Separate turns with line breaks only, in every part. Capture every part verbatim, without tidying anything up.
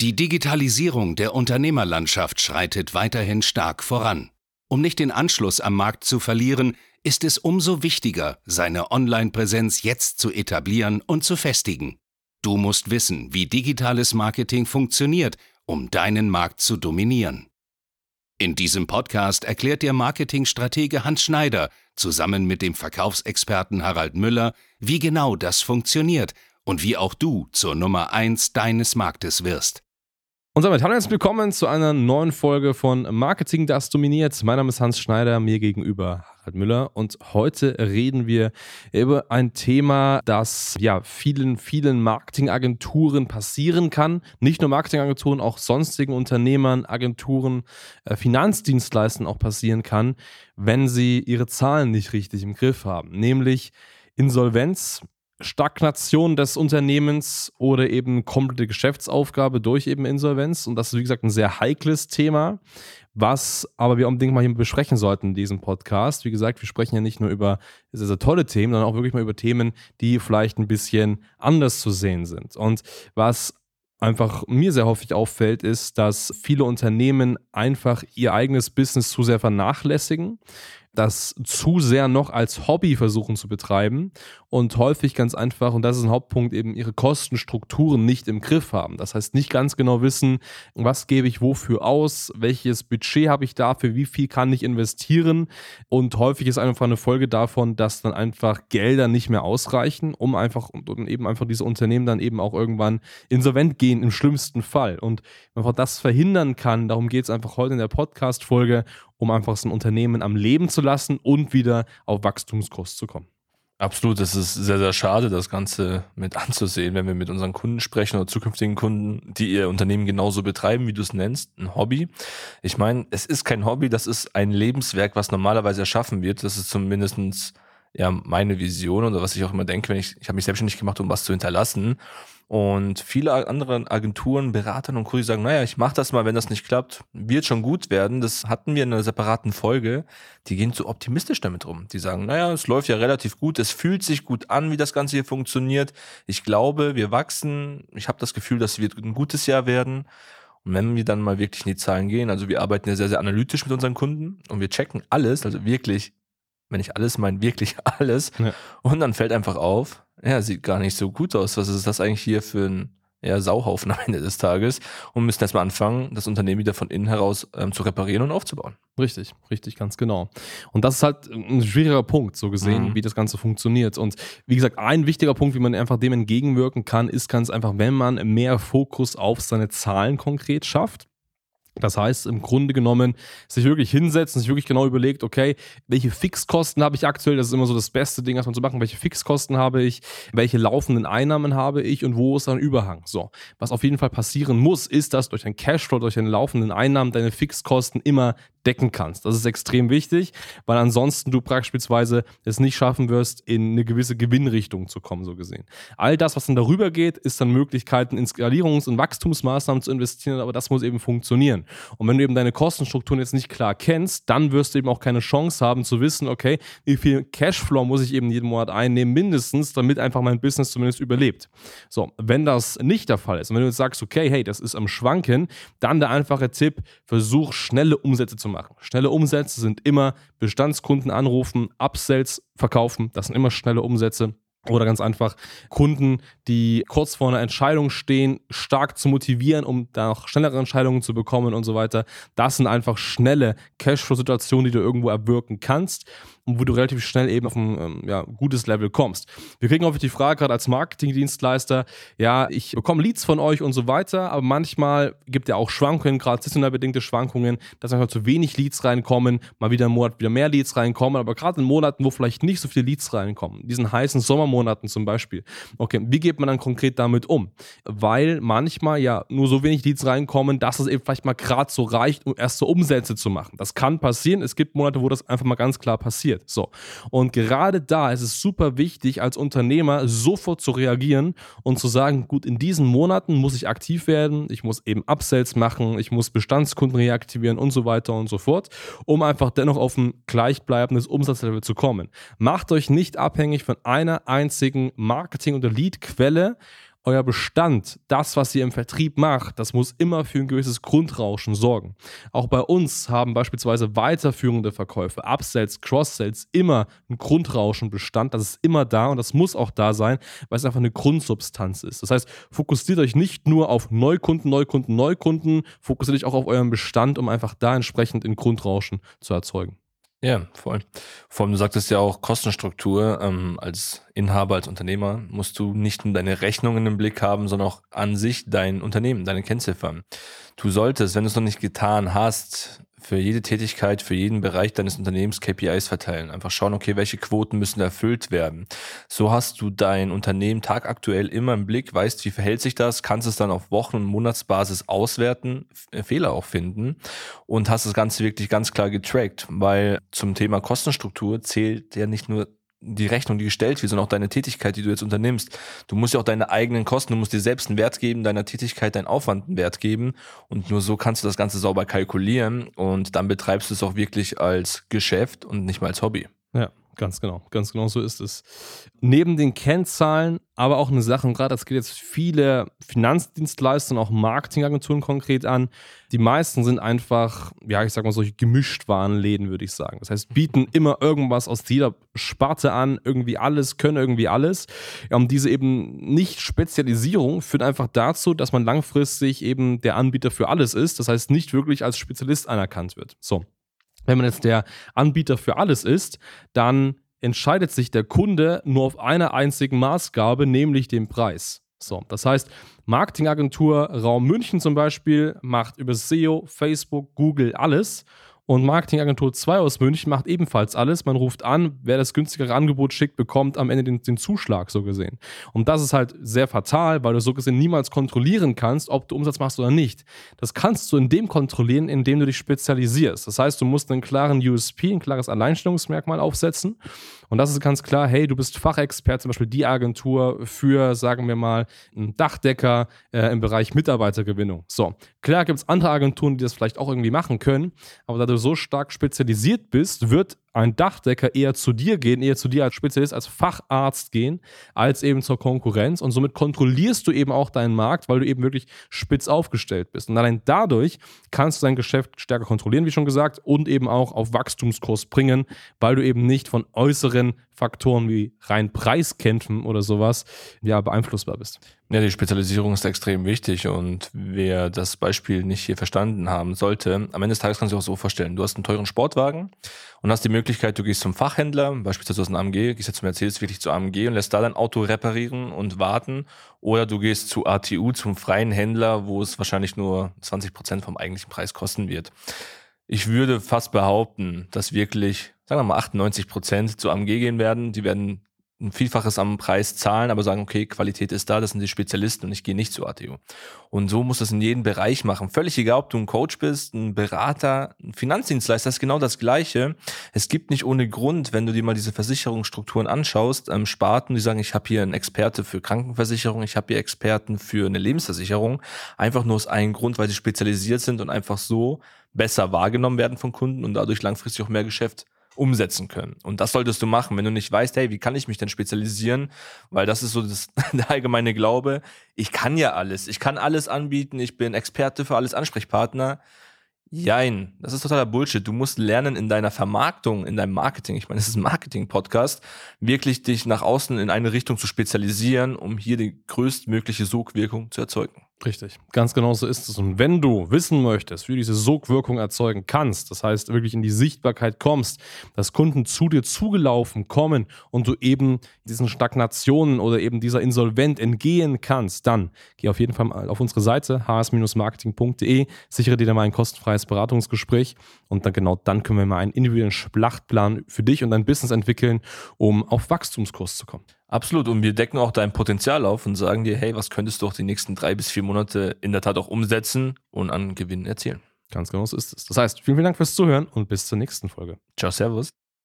Die Digitalisierung der Unternehmerlandschaft schreitet weiterhin stark voran. Um nicht den Anschluss am Markt zu verlieren, ist es umso wichtiger, seine Online-Präsenz jetzt zu etablieren und zu festigen. Du musst wissen, wie digitales Marketing funktioniert, um deinen Markt zu dominieren. In diesem Podcast erklärt dir Marketingstratege Hans Schneider zusammen mit dem Verkaufsexperten Harald Müller, wie genau das funktioniert und wie auch du zur Nummer eins deines Marktes wirst.
Und damit hallo und herzlich willkommen zu einer neuen Folge von Marketing, das dominiert. Mein Name ist Hans Schneider, mir gegenüber Harald Müller, und heute reden wir über ein Thema, das ja vielen, vielen Marketingagenturen passieren kann. Nicht nur Marketingagenturen, auch sonstigen Unternehmern, Agenturen, äh, Finanzdienstleistern auch passieren kann, wenn sie ihre Zahlen nicht richtig im Griff haben. Nämlich Insolvenz, Stagnation des Unternehmens oder eben komplette Geschäftsaufgabe durch eben Insolvenz. Und das ist, wie gesagt, ein sehr heikles Thema, was aber wir unbedingt mal hier besprechen sollten in diesem Podcast. Wie gesagt, wir sprechen ja nicht nur über sehr, sehr tolle Themen, sondern auch wirklich mal über Themen, die vielleicht ein bisschen anders zu sehen sind. Und was einfach mir sehr häufig auffällt, ist, dass viele Unternehmen einfach ihr eigenes Business zu sehr vernachlässigen, das zu sehr noch als Hobby versuchen zu betreiben und häufig ganz einfach, und das ist ein Hauptpunkt, eben ihre Kostenstrukturen nicht im Griff haben. Das heißt, nicht ganz genau wissen, was gebe ich wofür aus, welches Budget habe ich dafür, wie viel kann ich investieren, und häufig ist einfach eine Folge davon, dass dann einfach Gelder nicht mehr ausreichen, um einfach und, und eben einfach diese Unternehmen dann eben auch irgendwann insolvent gehen im schlimmsten Fall. Und wenn man das verhindern kann, darum geht es einfach heute in der Podcast-Folge, um einfach so ein Unternehmen am Leben zu lassen und wieder auf Wachstumskurs zu kommen.
Absolut, das ist sehr, sehr schade, das Ganze mit anzusehen, wenn wir mit unseren Kunden sprechen oder zukünftigen Kunden, die ihr Unternehmen genauso betreiben, wie du es nennst, ein Hobby. Ich meine, es ist kein Hobby, das ist ein Lebenswerk, was normalerweise erschaffen wird. Das ist zumindest ja meine Vision oder was ich auch immer denke, wenn ich, ich habe mich selbstständig gemacht, um was zu hinterlassen. Und viele andere Agenturen, Beratern und Co., die sagen, naja, ich mache das mal, wenn das nicht klappt, wird schon gut werden. Das hatten wir in einer separaten Folge. Die gehen zu optimistisch damit rum. Die sagen, naja, es läuft ja relativ gut, es fühlt sich gut an, wie das Ganze hier funktioniert. Ich glaube, wir wachsen. Ich habe das Gefühl, das wird ein gutes Jahr werden. Und wenn wir dann mal wirklich in die Zahlen gehen, also wir arbeiten ja sehr, sehr analytisch mit unseren Kunden und wir checken alles, also wirklich, wenn ich alles meine, wirklich alles. Ja. Und dann fällt einfach auf, ja, sieht gar nicht so gut aus. Was ist das eigentlich hier für ein ja, Sauhaufen am Ende des Tages? Und müssen erstmal anfangen, das Unternehmen wieder von innen heraus ähm, zu reparieren und aufzubauen.
Richtig, richtig, ganz genau. Und das ist halt ein schwieriger Punkt, so gesehen, mhm. wie das Ganze funktioniert. Und wie gesagt, ein wichtiger Punkt, wie man einfach dem entgegenwirken kann, ist ganz einfach, wenn man mehr Fokus auf seine Zahlen konkret schafft. Das heißt, im Grunde genommen sich wirklich hinsetzen, sich wirklich genau überlegt, okay, welche Fixkosten habe ich aktuell? Das ist immer so das beste Ding, was man zu machen. Welche Fixkosten habe ich? Welche laufenden Einnahmen habe ich? Und wo ist ein Überhang? So, was auf jeden Fall passieren muss, ist, dass durch einen Cashflow, durch einen laufenden Einnahmen deine Fixkosten immer decken kannst. Das ist extrem wichtig, weil ansonsten du beispielsweise es nicht schaffen wirst, in eine gewisse Gewinnrichtung zu kommen, so gesehen. All das, was dann darüber geht, ist dann Möglichkeiten, in Skalierungs- und Wachstumsmaßnahmen zu investieren, aber das muss eben funktionieren. Und wenn du eben deine Kostenstrukturen jetzt nicht klar kennst, dann wirst du eben auch keine Chance haben zu wissen, okay, wie viel Cashflow muss ich eben jeden Monat einnehmen, mindestens, damit einfach mein Business zumindest überlebt. So, wenn das nicht der Fall ist und wenn du jetzt sagst, okay, hey, das ist am Schwanken, dann der einfache Tipp, versuch schnelle Umsätze zu machen. Schnelle Umsätze sind immer Bestandskunden anrufen, Upsells verkaufen, das sind immer schnelle Umsätze. Oder ganz einfach Kunden, die kurz vor einer Entscheidung stehen, stark zu motivieren, um da noch schnellere Entscheidungen zu bekommen und so weiter. Das sind einfach schnelle Cashflow-Situationen, die du irgendwo erwirken kannst und wo du relativ schnell eben auf ein ähm, ja, gutes Level kommst. Wir kriegen häufig die Frage, gerade als Marketingdienstleister, ja, ich bekomme Leads von euch und so weiter, aber manchmal gibt es ja auch Schwankungen, gerade saisonal bedingte Schwankungen, dass einfach zu wenig Leads reinkommen, mal wieder im Monat wieder mehr Leads reinkommen, aber gerade in Monaten, wo vielleicht nicht so viele Leads reinkommen, diesen heißen Sommermonaten zum Beispiel. Okay, wie geht man dann konkret damit um? Weil manchmal ja nur so wenig Leads reinkommen, dass es eben vielleicht mal gerade so reicht, um erste Umsätze zu machen. Das kann passieren, es gibt Monate, wo das einfach mal ganz klar passiert. So. Und gerade da ist es super wichtig, als Unternehmer sofort zu reagieren und zu sagen, gut, in diesen Monaten muss ich aktiv werden, ich muss eben Upsells machen, ich muss Bestandskunden reaktivieren und so weiter und so fort, um einfach dennoch auf ein gleichbleibendes Umsatzlevel zu kommen. Macht euch nicht abhängig von einer einzigen Marketing- oder Lead-Quelle euer Bestand, das, was ihr im Vertrieb macht, das muss immer für ein gewisses Grundrauschen sorgen. Auch bei uns haben beispielsweise weiterführende Verkäufe, Upsells, Cross-Sells immer ein Grundrauschenbestand. Das ist immer da und das muss auch da sein, weil es einfach eine Grundsubstanz ist. Das heißt, fokussiert euch nicht nur auf Neukunden, Neukunden, Neukunden, fokussiert euch auch auf euren Bestand, um einfach da entsprechend in Grundrauschen zu erzeugen.
Ja, voll. Vor allem, du sagtest ja auch Kostenstruktur. Ähm, als Inhaber, als Unternehmer musst du nicht nur deine Rechnungen im Blick haben, sondern auch an sich dein Unternehmen, deine Kennziffern. Du solltest, wenn du es noch nicht getan hast, für jede Tätigkeit, für jeden Bereich deines Unternehmens K P Is verteilen. Einfach schauen, okay, welche Quoten müssen erfüllt werden. So hast du dein Unternehmen tagaktuell immer im Blick, weißt, wie verhält sich das, kannst es dann auf Wochen- und Monatsbasis auswerten, Fehler auch finden und hast das Ganze wirklich ganz klar getrackt, weil zum Thema Kostenstruktur zählt ja nicht nur die Rechnung, die gestellt wird, sondern auch deine Tätigkeit, die du jetzt unternimmst. Du musst ja auch deine eigenen Kosten, du musst dir selbst einen Wert geben, deiner Tätigkeit, deinen Aufwand einen Wert geben und nur so kannst du das Ganze sauber kalkulieren und dann betreibst du es auch wirklich als Geschäft und nicht mal als Hobby.
Ja, ganz genau, ganz genau so ist es. Neben den Kennzahlen, aber auch eine Sache, und gerade das geht jetzt viele Finanzdienstleister und auch Marketingagenturen konkret an, die meisten sind einfach, ja, ich sag mal solche Gemischtwarenläden, würde ich sagen. Das heißt, bieten immer irgendwas aus jeder Sparte an, irgendwie alles, können irgendwie alles. Ja, und diese eben Nicht-Spezialisierung führt einfach dazu, dass man langfristig eben der Anbieter für alles ist, das heißt nicht wirklich als Spezialist anerkannt wird. So. Wenn man jetzt der Anbieter für alles ist, dann entscheidet sich der Kunde nur auf einer einzigen Maßgabe, nämlich den Preis. So, das heißt, Marketingagentur Raum München zum Beispiel macht über S E O, Facebook, Google alles. Und Marketingagentur zwei aus München macht ebenfalls alles. Man ruft an, wer das günstigere Angebot schickt, bekommt am Ende den, den Zuschlag, so gesehen. Und das ist halt sehr fatal, weil du so gesehen niemals kontrollieren kannst, ob du Umsatz machst oder nicht. Das kannst du in dem kontrollieren, indem du dich spezialisierst. Das heißt, du musst einen klaren U S P, ein klares Alleinstellungsmerkmal aufsetzen. Und das ist ganz klar, hey, du bist Fachexperte, zum Beispiel die Agentur für, sagen wir mal, einen Dachdecker äh, im Bereich Mitarbeitergewinnung. So, klar gibt es andere Agenturen, die das vielleicht auch irgendwie machen können, aber da du so stark spezialisiert bist, wird ein Dachdecker eher zu dir gehen, eher zu dir als Spezialist, als Facharzt gehen, als eben zur Konkurrenz. Und somit kontrollierst du eben auch deinen Markt, weil du eben wirklich spitz aufgestellt bist. Und allein dadurch kannst du dein Geschäft stärker kontrollieren, wie schon gesagt, und eben auch auf Wachstumskurs bringen, weil du eben nicht von äußeren Faktoren wie rein Preiskämpfen oder sowas ja, beeinflussbar bist.
Ja, die Spezialisierung ist extrem wichtig und wer das Beispiel nicht hier verstanden haben sollte, am Ende des Tages kannst du dir auch so vorstellen, du hast einen teuren Sportwagen und hast die Möglichkeit, du gehst zum Fachhändler, beispielsweise aus einem A M G, gehst jetzt zum Mercedes wirklich zu A M G und lässt da dein Auto reparieren und warten, oder du gehst zu A T U, zum freien Händler, wo es wahrscheinlich nur zwanzig Prozent vom eigentlichen Preis kosten wird. Ich würde fast behaupten, dass wirklich, sagen wir mal, achtundneunzig Prozent zu A M G gehen werden. Die werden ein Vielfaches am Preis zahlen, aber sagen, okay, Qualität ist da, das sind die Spezialisten und ich gehe nicht zu A T U. Und so musst du es in jedem Bereich machen. Völlig egal, ob du ein Coach bist, ein Berater, ein Finanzdienstleister, das ist genau das Gleiche. Es gibt nicht ohne Grund, wenn du dir mal diese Versicherungsstrukturen anschaust, ähm, Sparten, die sagen, ich habe hier einen Experte für Krankenversicherung, ich habe hier Experten für eine Lebensversicherung, einfach nur aus einem Grund, weil sie spezialisiert sind und einfach so besser wahrgenommen werden von Kunden und dadurch langfristig auch mehr Geschäft umsetzen können. Und das solltest du machen, wenn du nicht weißt, hey, wie kann ich mich denn spezialisieren? Weil das ist so das, der allgemeine Glaube, ich kann ja alles, ich kann alles anbieten, ich bin Experte für alles, Ansprechpartner. Jein, das ist totaler Bullshit. Du musst lernen in deiner Vermarktung, in deinem Marketing, ich meine, das ist ein Marketing-Podcast, wirklich dich nach außen in eine Richtung zu spezialisieren, um hier die größtmögliche Sogwirkung zu erzeugen.
Richtig, ganz genau so ist es. Und wenn du wissen möchtest, wie du diese Sogwirkung erzeugen kannst, das heißt wirklich in die Sichtbarkeit kommst, dass Kunden zu dir zugelaufen kommen und du eben diesen Stagnationen oder eben dieser Insolvent entgehen kannst, dann geh auf jeden Fall mal auf unsere Seite h s marketing punkt d e, sichere dir da mal ein kostenfreies Beratungsgespräch und dann genau dann können wir mal einen individuellen Schlachtplan für dich und dein Business entwickeln, um auf Wachstumskurs zu kommen.
Absolut. Und wir decken auch dein Potenzial auf und sagen dir, hey, was könntest du auch die nächsten drei bis vier Monate in der Tat auch umsetzen und an Gewinnen erzielen.
Ganz genau so ist es. Das heißt, vielen, vielen Dank fürs Zuhören und bis zur nächsten Folge.
Ciao, servus.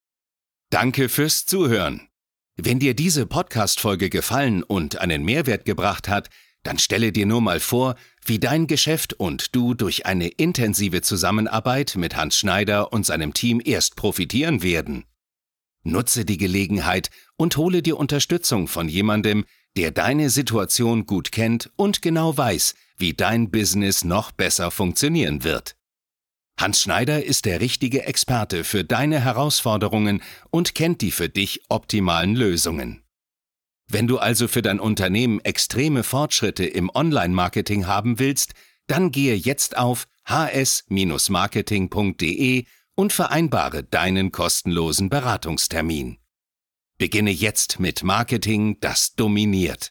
Danke fürs Zuhören. Wenn dir diese Podcast-Folge gefallen und einen Mehrwert gebracht hat, dann stelle dir nur mal vor, wie dein Geschäft und du durch eine intensive Zusammenarbeit mit Hans Schneider und seinem Team erst profitieren werden. Nutze die Gelegenheit und hole dir Unterstützung von jemandem, der deine Situation gut kennt und genau weiß, wie dein Business noch besser funktionieren wird. Hans Schneider ist der richtige Experte für deine Herausforderungen und kennt die für dich optimalen Lösungen. Wenn du also für dein Unternehmen extreme Fortschritte im Online-Marketing haben willst, dann gehe jetzt auf h s Bindestrich marketing punkt d e und vereinbare deinen kostenlosen Beratungstermin. Beginne jetzt mit Marketing, das dominiert.